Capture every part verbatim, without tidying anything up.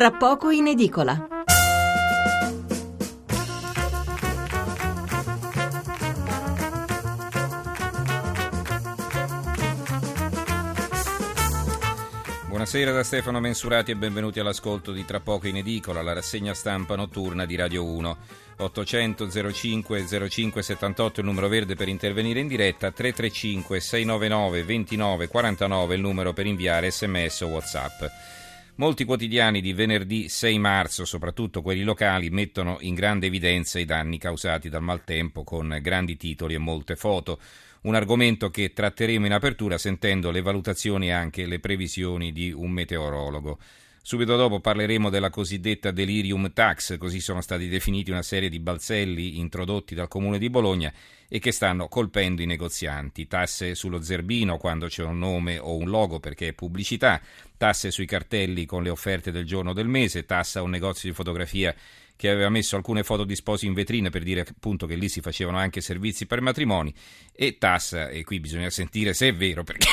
Tra poco in edicola. Buonasera da Stefano Mensurati e benvenuti all'ascolto di Tra poco in edicola, la rassegna stampa notturna di Radio uno. ottocento zero cinque zero cinque settantotto il numero verde per intervenire in diretta, tre tre cinque sei nove nove due nove quattro nove il numero per inviare sms o WhatsApp. Molti quotidiani di venerdì sei marzo, soprattutto quelli locali, mettono in grande evidenza i danni causati dal maltempo con grandi titoli e molte foto. Un argomento che tratteremo in apertura sentendo le valutazioni e anche le previsioni di un meteorologo. Subito dopo parleremo della cosiddetta delirium tax, così sono stati definiti una serie di balzelli introdotti dal Comune di Bologna e che stanno colpendo i negozianti. Tasse sullo zerbino quando c'è un nome o un logo perché è pubblicità, tasse sui cartelli con le offerte del giorno del mese, tassa a un negozio di fotografia che aveva messo alcune foto di sposi in vetrina per dire appunto che lì si facevano anche servizi per matrimoni, e tassa, e qui bisogna sentire se è vero perché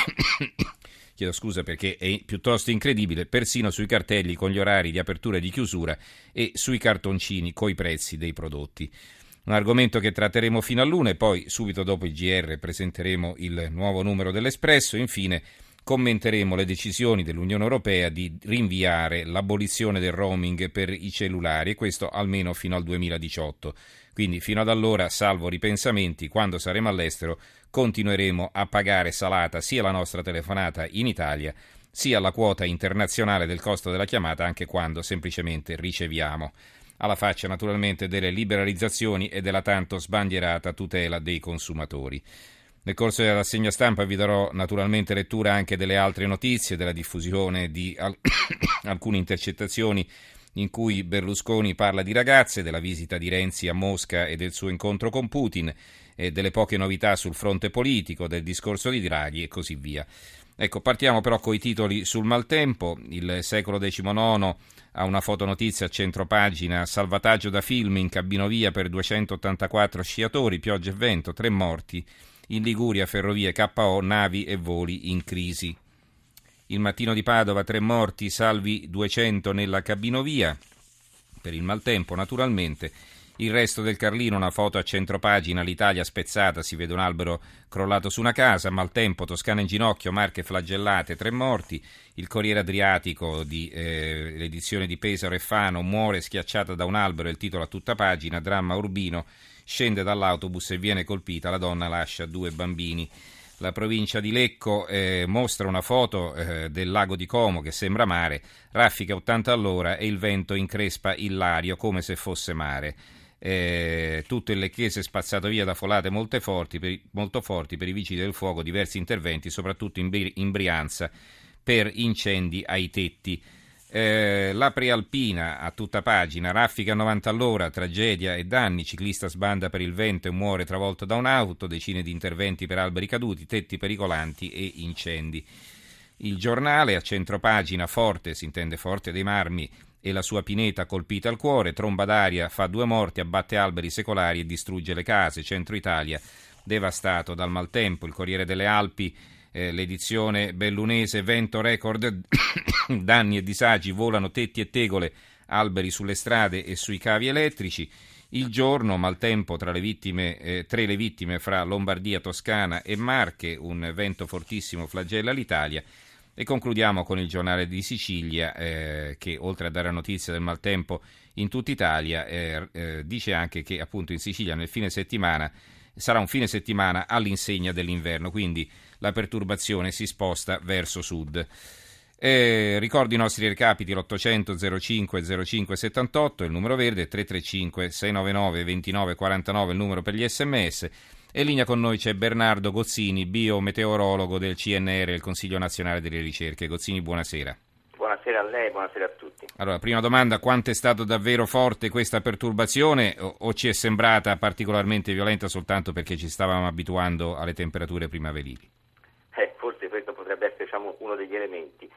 chiedo scusa perché è piuttosto incredibile, persino sui cartelli con gli orari di apertura e di chiusura e sui cartoncini coi prezzi dei prodotti. Un argomento che tratteremo fino all'una e poi subito dopo il G R presenteremo il nuovo numero dell'Espresso e infine commenteremo le decisioni dell'Unione Europea di rinviare l'abolizione del roaming per i cellulari, e questo almeno fino al duemiladiciotto. Quindi fino ad allora, salvo ripensamenti, quando saremo all'estero continueremo a pagare salata sia la nostra telefonata in Italia, sia la quota internazionale del costo della chiamata anche quando semplicemente riceviamo. Alla faccia naturalmente delle liberalizzazioni e della tanto sbandierata tutela dei consumatori. Nel corso della rassegna stampa vi darò naturalmente lettura anche delle altre notizie, della diffusione di al- alcune intercettazioni in cui Berlusconi parla di ragazze, della visita di Renzi a Mosca e del suo incontro con Putin, e delle poche novità sul fronte politico, del discorso di Draghi e così via. Ecco, partiamo però coi titoli sul maltempo. Il Secolo diciannove ha una fotonotizia a centropagina: salvataggio da film in cabinovia per duecentottantaquattro sciatori, pioggia e vento, tre morti. In Liguria, ferrovie K O, navi e voli in crisi. Il Mattino di Padova, tre morti, salvi duecento nella cabinovia, per il maltempo naturalmente. Il Resto del Carlino, una foto a centropagina, l'Italia spezzata, si vede un albero crollato su una casa, maltempo, Toscana in ginocchio, Marche flagellate, tre morti. Il Corriere Adriatico, di, eh, l'edizione di Pesaro e Fano, muore schiacciata da un albero, il titolo a tutta pagina, dramma Urbino, scende dall'autobus e viene colpita, la donna lascia due bambini. La provincia di Lecco eh, mostra una foto eh, del lago di Como che sembra mare, raffiche ottanta all'ora e il vento increspa il Lario come se fosse mare. Eh, tutto il lecchese spazzato via da folate molto forti, per, molto forti per i vigili del fuoco, diversi interventi soprattutto in, in Brianza per incendi ai tetti. Eh, la Prealpina a tutta pagina, raffica a novanta all'ora, tragedia e danni, ciclista sbanda per il vento e muore travolto da un'auto, decine di interventi per alberi caduti, tetti pericolanti e incendi. Il Giornale a centropagina, Forte, si intende Forte dei Marmi e la sua pineta colpita al cuore, tromba d'aria fa due morti, abbatte alberi secolari e distrugge le case, centro Italia devastato dal maltempo. Il Corriere delle Alpi, eh, l'edizione bellunese, vento record, danni e disagi, volano tetti e tegole, alberi sulle strade e sui cavi elettrici. Il Giorno, maltempo tra le vittime, eh, tre le vittime fra Lombardia, Toscana e Marche, un vento fortissimo flagella l'Italia. E concludiamo con il Giornale di Sicilia eh, che oltre a dare notizia del maltempo in tutta Italia eh, eh, dice anche che appunto in Sicilia nel fine settimana sarà un fine settimana all'insegna dell'inverno, quindi la perturbazione si sposta verso sud. Eh, ricordo i nostri recapiti: l'ottocento zero cinque zero cinque settantotto il numero verde, tre tre cinque sei nove nove due nove quattro nove il numero per gli sms. E in linea con noi c'è Bernardo Gozzini, biometeorologo del C N R, il Consiglio Nazionale delle Ricerche. Gozzini, buonasera. Buonasera a lei, buonasera a tutti. Allora, prima domanda: quanto è stato davvero forte questa perturbazione o, o ci è sembrata particolarmente violenta soltanto perché ci stavamo abituando alle temperature primaverili? Eh, forse questo potrebbe essere, diciamo, uno degli elementi.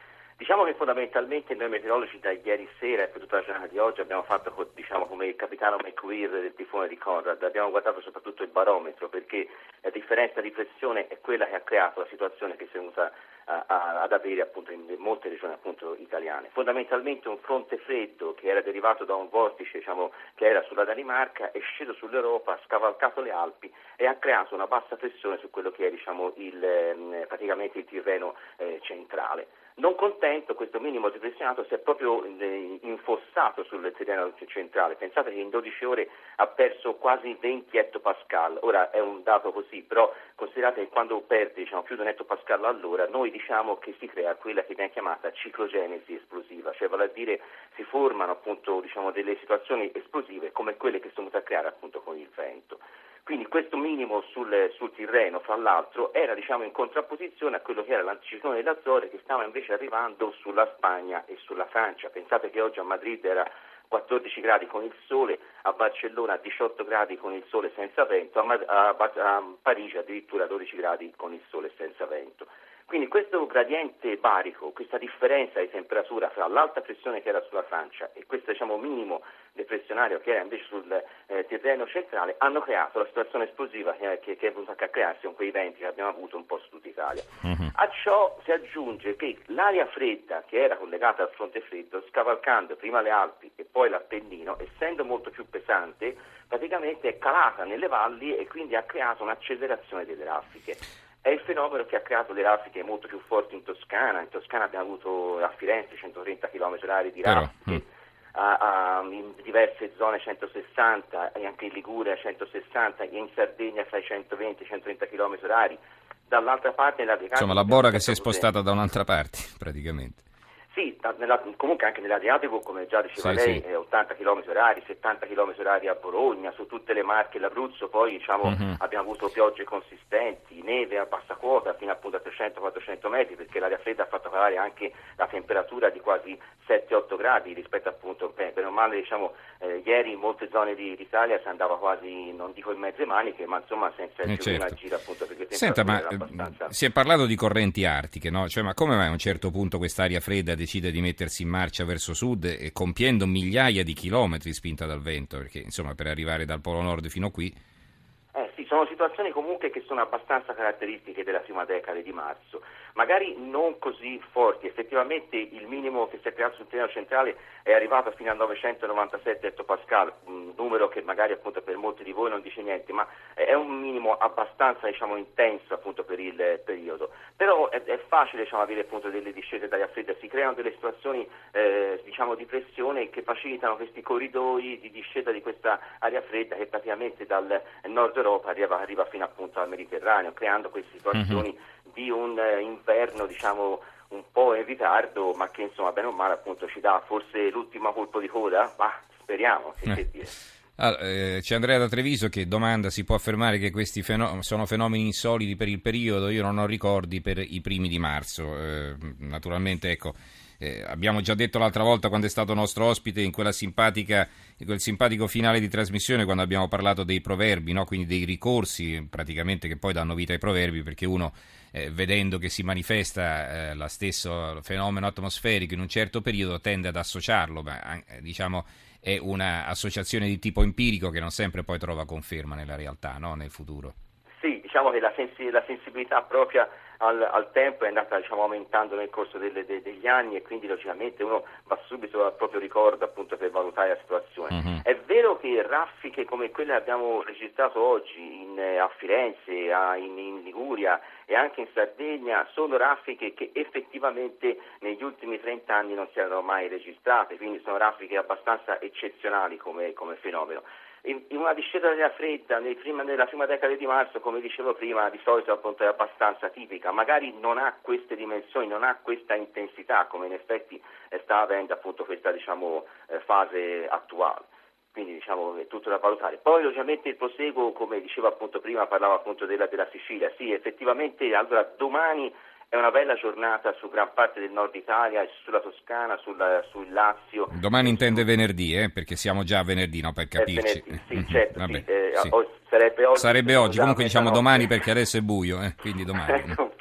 Diciamo che fondamentalmente noi meteorologi da ieri sera e per tutta la giornata di oggi abbiamo fatto, diciamo, come il capitano McQueer del tifone di Conrad, abbiamo guardato soprattutto il barometro, perché la differenza di pressione è quella che ha creato la situazione che si è venuta a, a, ad avere appunto in molte regioni appunto italiane. Fondamentalmente un fronte freddo che era derivato da un vortice, diciamo, che era sulla Danimarca, è sceso sull'Europa, ha scavalcato le Alpi e ha creato una bassa pressione su quello che è, diciamo, il, eh, praticamente il Tirreno eh, centrale. Non contento, questo minimo depressionato si è proprio eh, infossato sul Tirreno centrale. Pensate che in dodici ore ha perso quasi venti ettopascal. Ora è un dato così, però considerate che quando perde, diciamo, più di un ettopascal all'ora, noi diciamo che si crea quella che viene chiamata ciclogenesi esplosiva, cioè vale a dire si formano appunto, diciamo, delle situazioni esplosive come quelle che sono venute a creare appunto con il vento. Quindi questo minimo sul, sul Tirreno, fra l'altro, era, diciamo, in contrapposizione a quello che era l'anticiclone delle Azzorre, che stava invece arrivando sulla Spagna e sulla Francia. Pensate che oggi a Madrid era quattordici gradi con il sole, a Barcellona diciotto gradi con il sole senza vento, a, a, a Parigi addirittura dodici gradi con il sole senza vento. Quindi questo gradiente barico, questa differenza di temperatura fra l'alta pressione che era sulla Francia e questo, diciamo, minimo depressionario che era invece sul eh, Tirreno centrale, hanno creato la situazione esplosiva che, che, che è venuta a crearsi con quei venti che abbiamo avuto un po' su tutta Italia. Uh-huh. A ciò si aggiunge che l'aria fredda che era collegata al fronte freddo, scavalcando prima le Alpi e poi l'Appennino, essendo molto più pesante, praticamente è calata nelle valli e quindi ha creato un'accelerazione delle raffiche. È il fenomeno che ha creato le raffiche molto più forti in Toscana. In Toscana abbiamo avuto a Firenze centotrenta chilometri orari di raffiche, mm. a, a, in diverse zone centosessanta, e anche in Liguria centosessanta, e in Sardegna fra i centoventi e i centotrenta chilometri orari. Dall'altra parte nella Insomma, la Bora che si è spostata da un'altra parte, praticamente. Sì, nella, comunque anche nell'Adriatico, come già diceva sì, lei, sì. Eh, ottanta chilometri orari, settanta chilometri orari a Bologna, su tutte le Marche e l'Abruzzo, poi diciamo uh-huh. abbiamo avuto piogge consistenti, neve a bassa quota fino appunto a trecento quattrocento metri, perché l'aria fredda ha fatto calare anche la temperatura di quasi sette otto gradi rispetto appunto, beh, bene o male, diciamo, eh, ieri in molte zone di, d'Italia si andava quasi, non dico in mezze maniche, ma insomma senza il eh certo. una gira appunto, perché Senta, ma abbastanza... si è parlato di correnti artiche, no? Cioè, ma come mai a un certo punto quest'aria fredda decide di mettersi in marcia verso sud e compiendo migliaia di chilometri spinta dal vento, perché insomma per arrivare dal Polo Nord fino qui? Eh sì, sono situazioni comunque che sono abbastanza caratteristiche della prima decade di marzo, magari non così forti. Effettivamente il minimo che si è creato sul Tirreno centrale è arrivato fino a novecentonovantasette ettopascal, un numero che magari appunto per molti di voi non dice niente, ma è un minimo abbastanza, diciamo, intenso appunto per il periodo. Però è, è facile, diciamo, avere appunto delle discese d'aria fredda, si creano delle situazioni eh, diciamo di pressione che facilitano questi corridoi di discesa di questa aria fredda che praticamente dal nord Europa arriva, arriva fino appunto al Mediterraneo, creando queste situazioni uh-huh. di un eh, inverno, diciamo, un po' in ritardo, ma che insomma bene o male appunto ci dà forse l'ultimo colpo di coda, ma speriamo, che, eh. che dire. Allora, eh, c'è Andrea da Treviso che domanda: si può affermare che questi fenom- sono fenomeni insoliti per il periodo? Io non ho ricordi per i primi di marzo, eh, naturalmente ecco. Eh, abbiamo già detto l'altra volta quando è stato nostro ospite in quella simpatica, in quel simpatico finale di trasmissione, quando abbiamo parlato dei proverbi, no? Quindi dei ricorsi praticamente che poi danno vita ai proverbi, perché uno eh, vedendo che si manifesta eh, lo stesso fenomeno atmosferico in un certo periodo tende ad associarlo, ma eh, diciamo è un'associazione di tipo empirico che non sempre poi trova conferma nella realtà, no? Nel futuro. Sì, diciamo che la, sensi- la sensibilità propria al, al tempo è andata, diciamo, aumentando nel corso delle, de- degli anni, e quindi logicamente uno va subito al proprio ricordo appunto per valutare la situazione. Uh-huh. È vero che raffiche come quelle che abbiamo registrato oggi in, a Firenze, a, in, in Liguria e anche in Sardegna sono raffiche che effettivamente negli ultimi trenta anni non si erano mai registrate, quindi sono raffiche abbastanza eccezionali come, come fenomeno. In una discesa dell'aria fredda nel prima, nella prima decade di marzo, come dicevo prima, di solito appunto è abbastanza tipica, magari non ha queste dimensioni, non ha questa intensità come in effetti sta avendo appunto questa, diciamo, eh, fase attuale. Quindi diciamo è tutto da valutare. Poi logicamente il proseguo, come dicevo appunto prima, parlava appunto della, della Sicilia. Sì, effettivamente allora domani è una bella giornata su gran parte del nord Italia, sulla Toscana, sul, sul Lazio. Domani intende venerdì, eh? Perché siamo già a venerdì, no? Per capirci. Venerdì, sì, certo. Vabbè, sì, eh, sì. Sarebbe oggi. Sarebbe oggi, comunque diciamo domani perché adesso è buio, eh? Quindi domani. Infatti.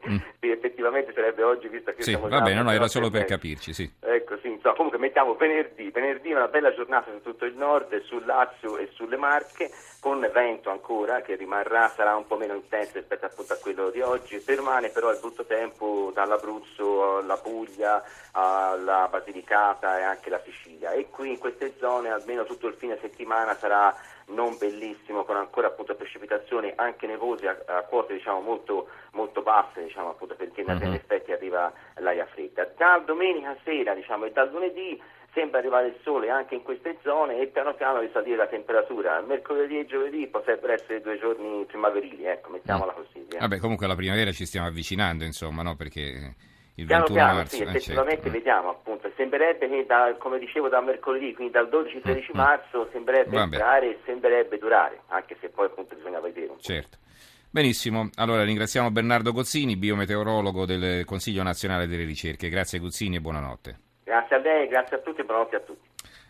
Mm. Sì, effettivamente sarebbe oggi, visto che sì, siamo va già... bene, no, era solo per bene. capirci, sì. Ecco, sì, insomma, comunque mettiamo venerdì, venerdì una bella giornata su tutto il nord, sul Lazio e sulle Marche, con vento ancora che rimarrà, sarà un po' meno intenso rispetto appunto a quello di oggi, permane però il brutto tempo dall'Abruzzo alla Puglia alla Basilicata e anche la Sicilia, e qui in queste zone almeno tutto il fine settimana sarà non bellissimo, con ancora appunto precipitazioni anche nevose a, a quote diciamo molto, molto basse, diciamo appunto perché in Uh-huh. effetti arriva l'aria fredda. Da domenica sera diciamo e dal lunedì sembra arrivare il sole anche in queste zone e piano piano risalire la temperatura. Mercoledì e giovedì potrebbero essere due giorni primaverili, ecco, mettiamola Mm. così. Eh. Vabbè, comunque alla primavera ci stiamo avvicinando, insomma, no? Perché il Piano ventuno piano, marzo... sì, eh, effettivamente certo. vediamo appunto, sembrerebbe che da, come dicevo da mercoledì, quindi dal dodici tredici Mm, mm. marzo sembrerebbe Vabbè. entrare e sembrerebbe durare, anche se poi appunto bisogna vedere un po'. Certo. Benissimo, allora ringraziamo Bernardo Gozzini, biometeorologo del Consiglio Nazionale delle Ricerche. Grazie Gozzini e buonanotte. Grazie a lei, grazie a tutti e buonanotte a tutti.